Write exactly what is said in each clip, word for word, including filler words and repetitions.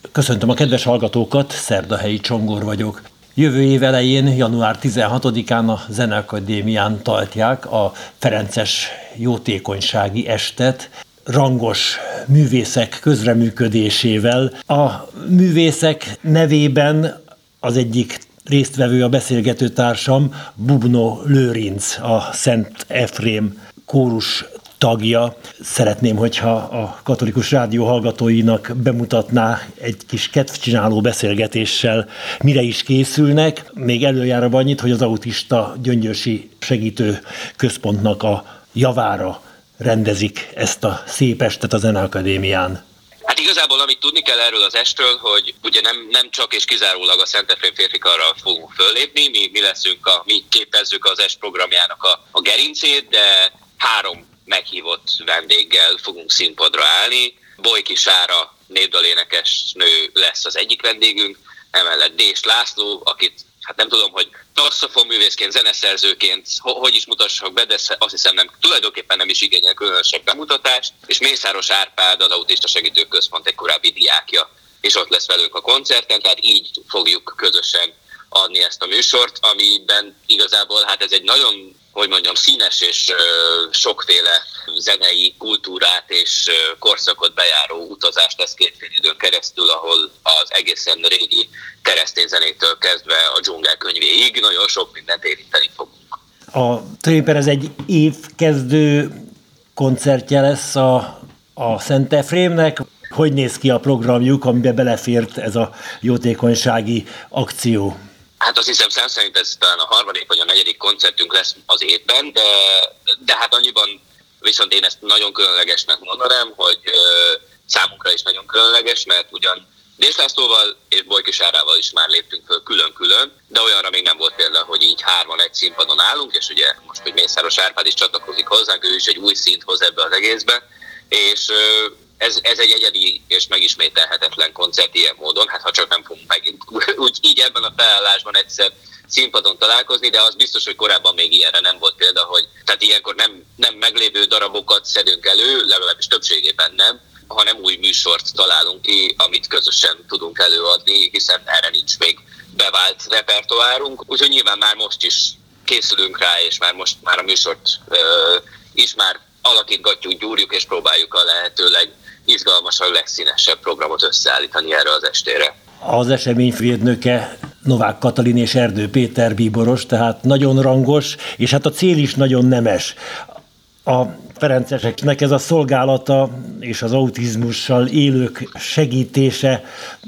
Köszöntöm a kedves hallgatókat, Szerdahelyi Csongor vagyok. Jövő év elején, január tizenhatodikán a Zeneakadémián tartják a ferences jótékonysági estet, rangos művészek közreműködésével. A művészek nevében az egyik résztvevő, a beszélgető társam, Bubnó Lőrinc, a Szent Efrém kórus tagja. Szeretném, hogyha a Katolikus Rádió hallgatóinak bemutatná egy kis kedvcsináló beszélgetéssel, mire is készülnek. Még előjáróban annyit, hogy az Autista Gyöngyösi Segítő Központnak a javára rendezik ezt a szép estet a Zeneakadémián. Hát igazából amit tudni kell erről az estről, hogy ugye nem, nem csak és kizárólag a Szent Efrém férfikarral fogunk föllépni, mi, mi leszünk, a, mi képezzük az est programjának a, a gerincét, de három meghívott vendéggel fogunk színpadra állni. Bojki Sára népdalénekes nő lesz az egyik vendégünk, emellett Dés László, akit hát nem tudom, hogy szaxofonművészként, zeneszerzőként hogy is mutassak be, de azt hiszem nem, tulajdonképpen nem is igényel különösebb bemutatást, és Mészáros Árpád, az Autista Segítő Központ egy korábbi diákja, és ott lesz velünk a koncerten, tehát így fogjuk közösen adni ezt a műsort, amiben igazából hát ez egy nagyon, hogy mondjam, színes és ö, sokféle zenei kultúrát és ö, korszakot bejáró utazást lesz két fél időn keresztül, ahol az egészen régi keresztény zenétől kezdve a dzsungel könyvéig nagyon sok mindent érinteni fogunk. A tulajdonképpen ez egy évkezdő koncertje lesz a, a Szent Efrémnek. Hogy néz ki a programjuk, amiben belefért ez a jótékonysági akció? Hát azt hiszem, szám szerint ez talán a harmadik vagy a negyedik koncertünk lesz az évben, de, de hát annyiban viszont én ezt nagyon különlegesnek mondanám, hogy ö, számunkra is nagyon különleges, mert ugyan Dés Lászlóval és Bojki Sárával is már léptünk föl külön-külön, de olyanra még nem volt például, hogy így hárman egy színpadon állunk, és ugye most, hogy Mészáros Árpád is csatlakozik hozzánk, ő is egy új színt hoz ebbe az egészbe, és ö, Ez, ez egy egyedi és megismételhetetlen koncert ilyen módon, hát ha csak nem fogunk megint úgy így ebben a felállásban egyszer színpadon találkozni, de az biztos, hogy korábban még ilyenre nem volt példa, hogy tehát ilyenkor nem, nem meglévő darabokat szedünk elő, legalábbis többségében nem, hanem új műsort találunk ki, amit közösen tudunk előadni, hiszen erre nincs még bevált repertoárunk, úgyhogy nyilván már most is készülünk rá, és már most már a műsort ö, is már alakítgatjuk, gyúrjuk, és próbáljuk a lehetőleg izgalmasabb, legszínesebb programot összeállítani erre az estére. Az esemény főnöke Novák Katalin és Erdő Péter bíboros, tehát nagyon rangos, és hát a cél is nagyon nemes. A ferenceseknek ez a szolgálata és az autizmussal élők segítése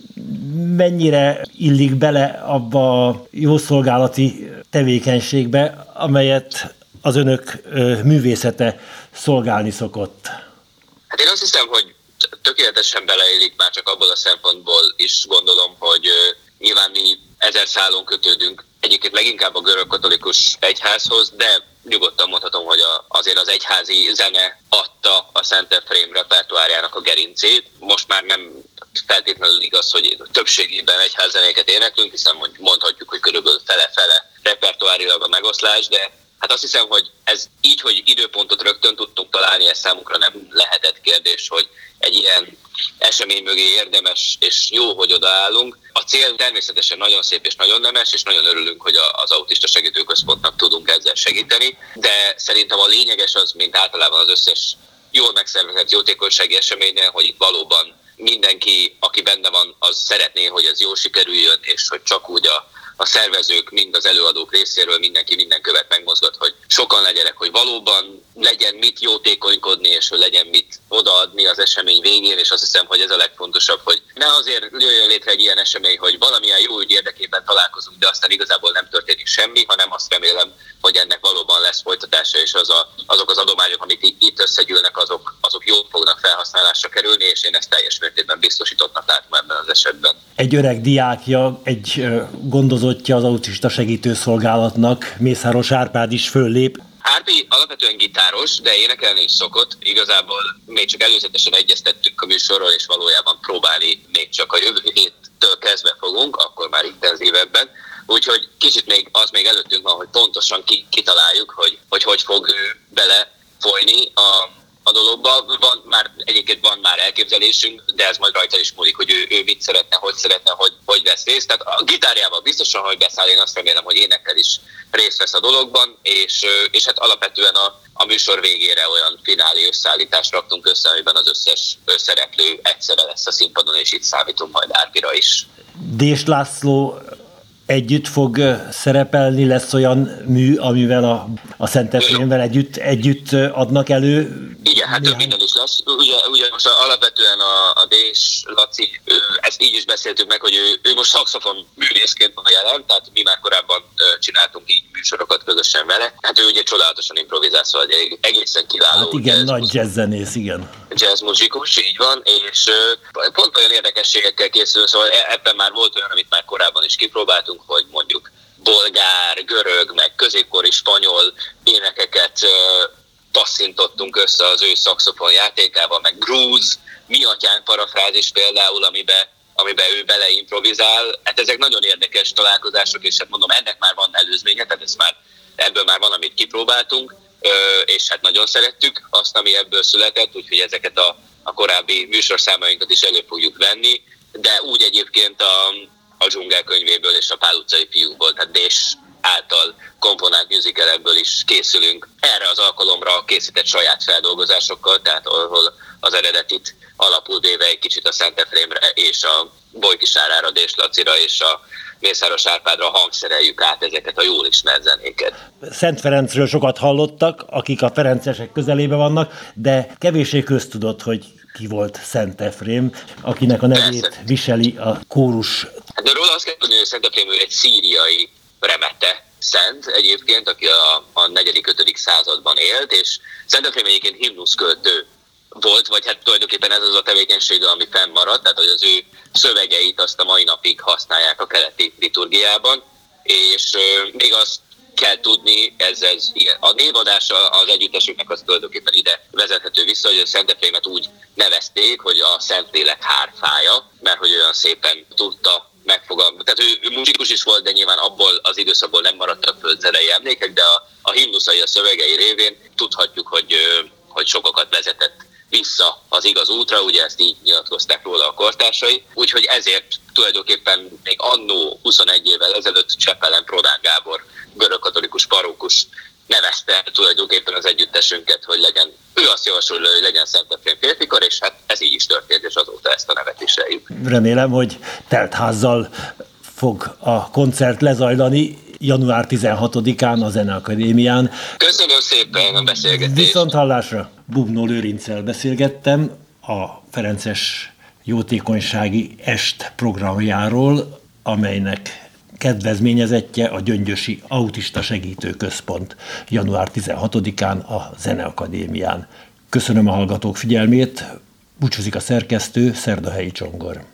mennyire illik bele abba a jószolgálati tevékenységbe, amelyet az önök művészete szolgálni szokott? Hát én azt hiszem, hogy tökéletesen beleillik, már csak abból a szempontból is gondolom, hogy uh, nyilván mi ezer szálon kötődünk egyébként leginkább a görögkatolikus egyházhoz, de nyugodtan mondhatom, hogy a, azért az egyházi zene adta a Szent Efrém repertoárjának a gerincét. Most már nem feltétlenül igaz, hogy többségében egyházzenéket éneklünk, hiszen mondhatjuk, hogy körülbelül fele-fele repertoárilag a megoszlás, de hát azt hiszem, hogy ez így, hogy időpontot rögtön tudtunk találni, ez számunkra nem lehetett kérdés, hogy egy ilyen esemény mögé érdemes és jó, hogy odaállunk. A cél természetesen nagyon szép és nagyon nemes, és nagyon örülünk, hogy az Autista Segítő Központnak tudunk ezzel segíteni, de szerintem a lényeges az, mint általában az összes jól megszervezett jótékonysági eseménynél, hogy itt valóban mindenki, aki benne van, az szeretné, hogy ez jól sikerüljön, és hogy csak úgy a a szervezők, mind az előadók részéről mindenki minden követ megmozgat, hogy sokan legyenek, hogy valóban legyen mit jótékonykodni, és hogy legyen mit odaadni az esemény végén, és azt hiszem, hogy ez a legfontosabb, hogy ne azért jöjjön létre egy ilyen esemény, hogy valamilyen jó ügy érdekében találkozunk, de aztán igazából nem történik semmi, hanem azt remélem, hogy ennek valóban lesz folytatása, és az a, azok az adományok, amik itt összegyűlnek, azok, azok jól fognak felhasználásra kerülni, és én ezt teljes mértékben biztosítottnak látom ebben az esetben. Egy öreg diákja, egy gondozottja az Autista Segítőszolgálatnak, Mészáros Árpád is föllép. Árpi alapvetően gitáros, de énekelni is szokott. Igazából még csak előzetesen egyeztettünk a műsorról, és valójában próbálni még csak a jövő héttől kezdve fogunk, akkor már intenzívebben. Úgyhogy kicsit még az még előttünk van, hogy pontosan kitaláljuk, hogy hogy, hogy fog ő bele folyni a, a dologba. Van már egyébként egyébként van már elképzelésünk, de ez majd rajta is múlik, hogy ő, ő mit szeretne, hogy szeretne, hogy, hogy vesz részt. Tehát a gitárjával biztosan, hogy beszáll, én azt remélem, hogy énekkel is részt vesz a dologban, és, és hát alapvetően a, a műsor végére olyan finálé összeállítást raktunk össze, amiben az összes szereplő egyszerre lesz a színpadon, és itt számítunk majd Árpira is. Dés László együtt fog szerepelni, lesz olyan mű, amivel a, a Szentefrémvel együtt, együtt adnak elő? Igen, hát néhány... minden is lesz. Ugye, ugye most alapvetően a, a Dés Laci, ő, ezt így is beszéltük meg, hogy ő, ő most szaxofon művészként van jelen, tehát mi már korábban csináltunk így műsorokat közösen vele. Hát ő ugye csodálatosan improvizál, szóval egy egészen kiváló. Hát igen, jazz, nagy jazzzenész, igen. Jazz muzsikus, így van, és pont olyan érdekességekkel készül, szóval ebben már volt olyan, amit már korábban is kipróbáltunk, hogy mondjuk bolgár, görög, meg középkori spanyol énekeket passzintottunk össze az ő szaxofon játékával, meg grúz, mi atyánk parafrázis például, amiben, amiben ő beleimprovizál. Hát ezek nagyon érdekes találkozások, és hát mondom, ennek már van előzménye, tehát ez már, ebből már van, amit kipróbáltunk, és hát nagyon szerettük azt, ami ebből született, úgyhogy ezeket a, a korábbi műsorszámainkat is elő fogjuk venni, de úgy egyébként a, a Dzsungel könyvéből és a Pál utcai fiúkból, tehát Dés által komponált musicalekből is készülünk. Erre az alkalomra készített saját feldolgozásokkal, tehát ahol az eredetit alapul véve egy kicsit a Szentefrémre és a Bolykisárára, Dés Lacira és a Mészáros Árpádra hangszereljük át ezeket a jól ismert zenéket. Szent Ferencről sokat hallottak, akik a ferencesek közelében vannak, de kevéssé köztudott, hogy ki volt Szentefrém, akinek a nevét Persze. viseli a kórus. Hát de róla azt kell tudni, hogy Szentefrém ő egy szíriai remete szent egyébként, aki a, a negyedik-ötödik században élt, és Szentefrém egyébként himnuszköltő volt, vagy hát tulajdonképpen ez az a tevékenysége, ami fennmaradt, tehát hogy az ő szövegeit azt a mai napig használják a keleti liturgiában, és euh, még azt kell tudni, ez, ez igen. A névadása az együttesüknek az tulajdonképpen ide vezethető vissza, hogy a Szentefrémet úgy nevezték, hogy a Szentlélek hárfája, mert hogy olyan szépen tudta megfogalmazni. Tehát ő, ő muzsikus is volt, de nyilván abból az időszakból nem maradtak földzenei emlékek, de a, a himnuszai, a szövegei révén tudhatjuk, hogy, hogy sokakat vezetett vissza az igaz útra, ugye ezt így nyilatkozták róla a kortársai. Úgyhogy ezért tulajdonképpen még annó huszonegy évvel ezelőtt Csepelen Prodán Gábor görögkatolikus parókus nevezte tulajdonképpen az együttesünket, hogy legyen, ő azt javasolja, hogy legyen Szentefrém férfikar, és hát ez így is történt, és azóta ezt a nevet viseljük. Remélem, hogy teltházzal fog a koncert lezajlani január tizenhatodikán a Zeneakadémián. Köszönöm szépen a beszélgetést! Viszont hallásra! Bubnó Lőrinccel beszélgettem a Ferences Jótékonysági Est programjáról, amelynek kedvezményezettje a Gyöngyösi Autista Segítő Központ január tizenhatodikán a Zeneakadémián. Köszönöm a hallgatók figyelmét, búcsúzik a szerkesztő, Szerdahelyi Csongor.